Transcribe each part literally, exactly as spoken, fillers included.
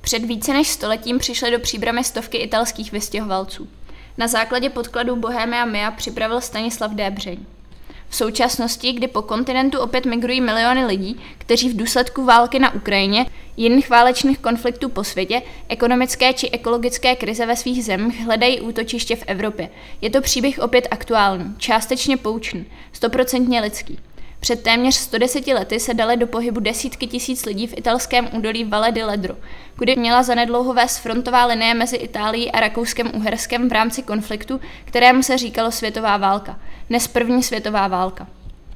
Před více než stoletím přišly do Příbrami stovky italských vystěhovalců. Na základě podkladů Bohemia Mia připravil Stanislav Débřeň. V současnosti, kdy po kontinentu opět migrují miliony lidí, kteří v důsledku války na Ukrajině, jiných válečných konfliktů po světě, ekonomické či ekologické krize ve svých zemích hledají útočiště v Evropě, je to příběh opět aktuální, částečně poučný, stoprocentně lidský. Před téměř sto deseti lety se daly do pohybu desítky tisíc lidí v italském údolí Valle di Ledro, kudy měla zanedlouho vést frontová linie mezi Itálií a Rakouskem-Uherskem v rámci konfliktu, kterému se říkalo světová válka, dnes první světová válka.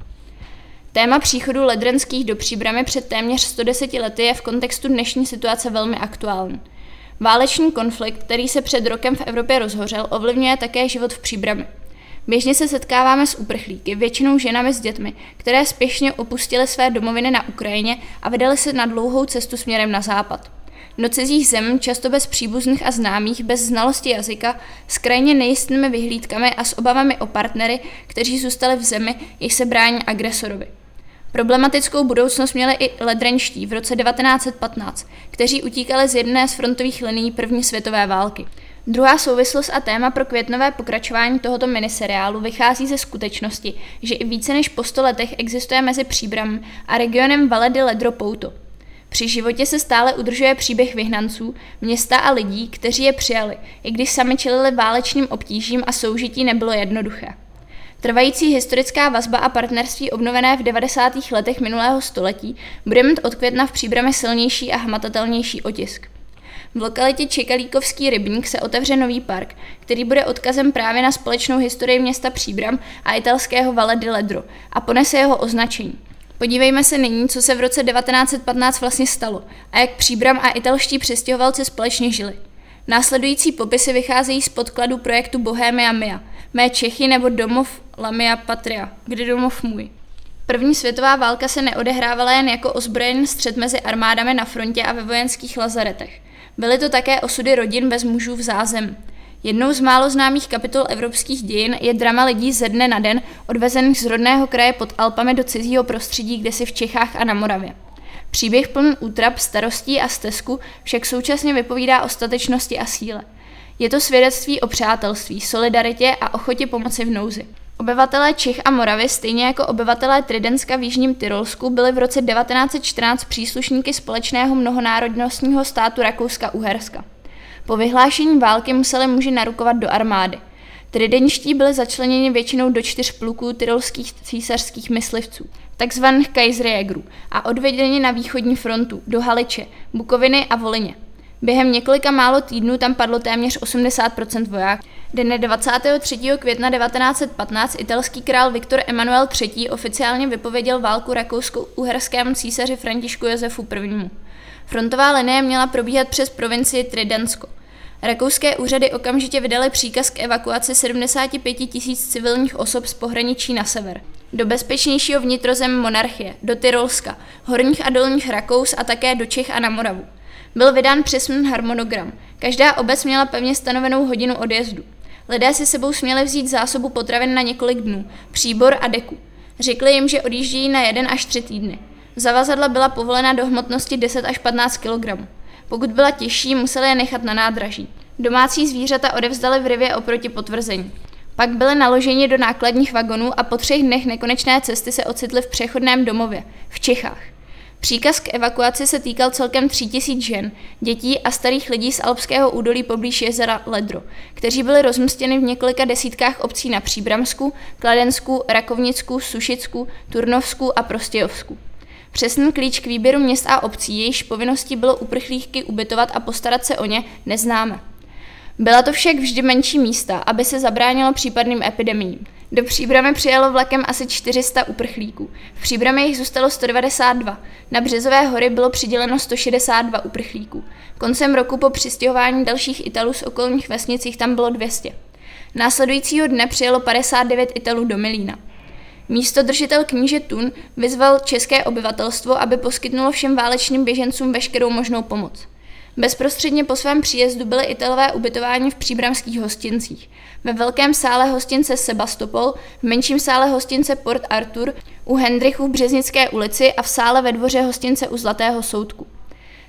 Téma příchodu ledrenských do Příbrami před téměř sto deseti lety je v kontextu dnešní situace velmi aktuální. Válečný konflikt, který se před rokem v Evropě rozhořel, ovlivňuje také život v Příbrami. Běžně se setkáváme s uprchlíky, většinou ženami s dětmi, které spěšně opustily své domoviny na Ukrajině a vydaly se na dlouhou cestu směrem na západ. Do cizích zemí, často bez příbuzných a známých, bez znalosti jazyka, s krajně nejistými vyhlídkami a s obavami o partnery, kteří zůstali v zemi, jich se brání agresorovi. Problematickou budoucnost měli i ledrenští v roce devatenáct set patnáct, kteří utíkali z jedné z frontových linií první světové války. Druhá souvislost a téma pro květnové pokračování tohoto miniseriálu vychází ze skutečnosti, že i více než po sto letech existuje mezi Příbrami a regionem Valle di Ledro pouto. Při životě se stále udržuje příběh vyhnanců, města a lidí, kteří je přijali, i když sami čelili válečným obtížím a soužití nebylo jednoduché. Trvající historická vazba a partnerství obnovené v devadesátých letech minulého století bude mít od května v Příbrami silnější a hmatatelnější otisk. V lokalitě Čekalíkovský rybník se otevře nový park, který bude odkazem právě na společnou historii města Příbram a italského Valle di Ledro a ponese jeho označení. Podívejme se nyní, co se v roce devatenáct set patnáct vlastně stalo a jak Příbram a italští přistěhovalci společně žili. Následující popisy vycházejí z podkladu projektu Bohemia Mia, Mé Čechy nebo Domov La Mia Patria, kdy domov můj. První světová válka se neodehrávala jen jako ozbrojený střet mezi armádami na frontě a ve vojenských lazaretech. Byly to také osudy rodin bez mužů v zázemí. Jednou z málo známých kapitol evropských dějin je drama lidí ze dne na den odvezených z rodného kraje pod Alpami do cizího prostředí kdesi v Čechách a na Moravě. Příběh plný útrap, starostí a stesku však současně vypovídá o statečnosti a síle. Je to svědectví o přátelství, solidaritě a ochotě pomoci v nouzi. Obyvatelé Čech a Moravy, stejně jako obyvatelé Tridentska v jižním Tyrolsku, byli v roce devatenáct set čtrnáct příslušníky společného mnohonárodnostního státu Rakouska-Uherska. Po vyhlášení války museli muži narukovat do armády. Tridenští byli začleněni většinou do čtyř pluků tyrolských císařských myslivců, takzvaných Kaiserjägerů, a odvedeni na východní frontu, do Haliče, Bukoviny a Volyně. Během několika málo týdnů tam padlo téměř osmdesát procent vojáků. Dne dvacátého třetího května devatenáct set patnáct italský král Viktor Emanuel třetí. oficiálně vypověděl válku rakousko-uherskému císaři Františku Josefu prvnímu. Frontová linie měla probíhat přes provincii Tridentsko. Rakouské úřady okamžitě vydaly příkaz k evakuaci sedmdesáti pěti tisíc civilních osob z pohraničí na sever, do bezpečnějšího vnitrozemí monarchie, do Tyrolska, horních a dolních Rakous a také do Čech a na Moravu. Byl vydán přesný harmonogram. Každá obec měla pevně stanovenou hodinu odjezdu. Lidé si sebou směli vzít zásobu potravin na několik dnů, příbor a deku. Řekli jim, že odjíždějí na jeden až tři týdny. Zavazadla byla povolena do hmotnosti deset až patnáct kilogramů. Pokud byla těžší, museli je nechat na nádraží. Domácí zvířata odevzdali v Rivě oproti potvrzení. Pak byli naloženi do nákladních vagonů a po třech dnech nekonečné cesty se ocitli v přechodném domově, v Čechách. Příkaz k evakuaci se týkal celkem tří tisíc žen, dětí a starých lidí z alpského údolí poblíž jezera Ledro, kteří byli rozmístěni v několika desítkách obcí na Příbramsku, Kladensku, Rakovnicku, Sušicku, Turnovsku a Prostějovsku. Přesný klíč k výběru měst a obcí, jejichž povinností bylo uprchlíky ubytovat a postarat se o ně, neznáme. Byla to však vždy menší místa, aby se zabránilo případným epidemiím. Do Příbrami přijelo vlakem asi čtyři sta uprchlíků. V Příbrami jich zůstalo sto devadesát dva. Na Březové hory bylo přiděleno sto šedesát dva uprchlíků. Koncem roku po přistěhování dalších Italů z okolních vesnic jich tam bylo dvě stě. Následujícího dne přijelo padesát devět Italů do Milína. Místodržitel kníže Thun vyzval české obyvatelstvo, aby poskytnulo všem válečným běžencům veškerou možnou pomoc. Bezprostředně po svém příjezdu byli Italové ubytováni v příbramských hostincích. Ve velkém sále hostince Sebastopol, v menším sále hostince Port Arthur, u Hendrichu v Březnické ulici a v sále ve dvoře hostince u Zlatého soudku.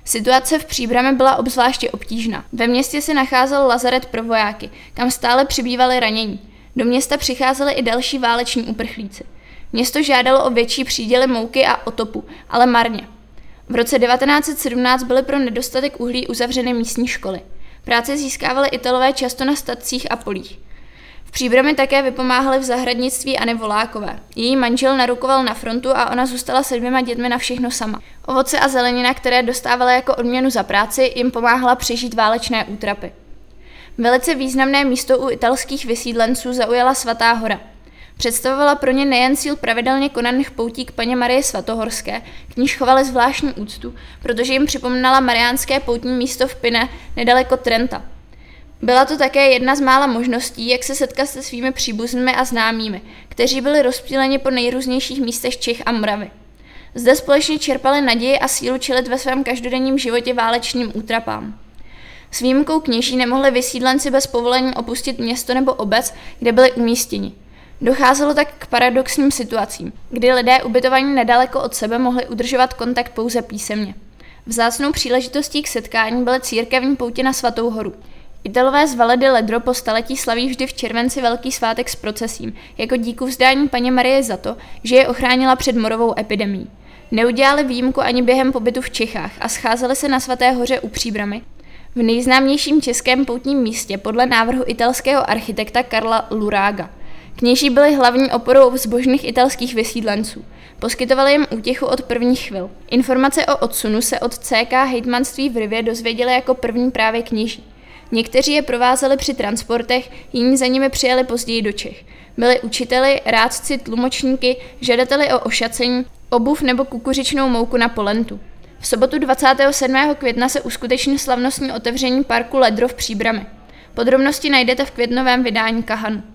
Situace v Příbrami byla obzvláště obtížná. Ve městě se nacházel lazaret pro vojáky, kam stále přibývali ranění. Do města přicházeli i další váleční uprchlíci. Město žádalo o větší příděly mouky a otopu, ale marně. V roce devatenáct set sedmnáct byly pro nedostatek uhlí uzavřeny místní školy. Práce získávali Italové často na statcích a polích. V Příbrami také vypomáhali v zahradnictví Anny Volákové. Její manžel narukoval na frontu a ona zůstala se dvěma dětmi na všechno sama. Ovoce a zelenina, které dostávala jako odměnu za práci, jim pomáhala přežít válečné útrapy. Velice významné místo u italských vysídlenců zaujala Svatá hora. Představovala pro ně nejen cíl pravidelně konaných poutí k Panně Marii Svatohorské, k níž chovali zvláštní úctu, protože jim připomínala mariánské poutní místo v Pine nedaleko Trenta. Byla to také jedna z mála možností, jak se setkat se svými příbuznými a známými, kteří byli rozptýleni po nejrůznějších místech Čech a Moravy. Zde společně čerpali naději a sílu čelit ve svém každodenním životě válečným útrapám. S výjimkou kněží nemohli vysídlenci bez povolení opustit město nebo obec, kde byli umístěni. Docházelo tak k paradoxním situacím, kdy lidé ubytovaní nedaleko od sebe mohli udržovat kontakt pouze písemně. Vzácnou příležitostí k setkání byly církevní poutě na Svatou horu. Italové z Valle di Ledro po staletí slaví vždy v červenci velký svátek s procesím, jako díku vzdání Panně Marie za to, že je ochránila před morovou epidemií. Neudělali výjimku ani během pobytu v Čechách a scházeli se na Svaté hoře u Příbrami, v nejznámějším českém poutním místě podle návrhu italského architekta Karla Luraga. Kněží byli hlavní oporou zbožných italských vysídlenců. Poskytovali jim útěchu od prvních chvil. Informace o odsunu se od C K hejtmanství v Rivě dozvěděli jako první právě kněží. Někteří je provázeli při transportech, jiní za nimi přijeli později do Čech. Byli učiteli, rádci, tlumočníky, žadateli o ošacení, obuv nebo kukuřičnou mouku na polentu. V sobotu dvacátého sedmého května se uskuteční slavnostní otevření parku Ledro v Příbrami. Podrobnosti najdete v květnovém vydání Kahanu.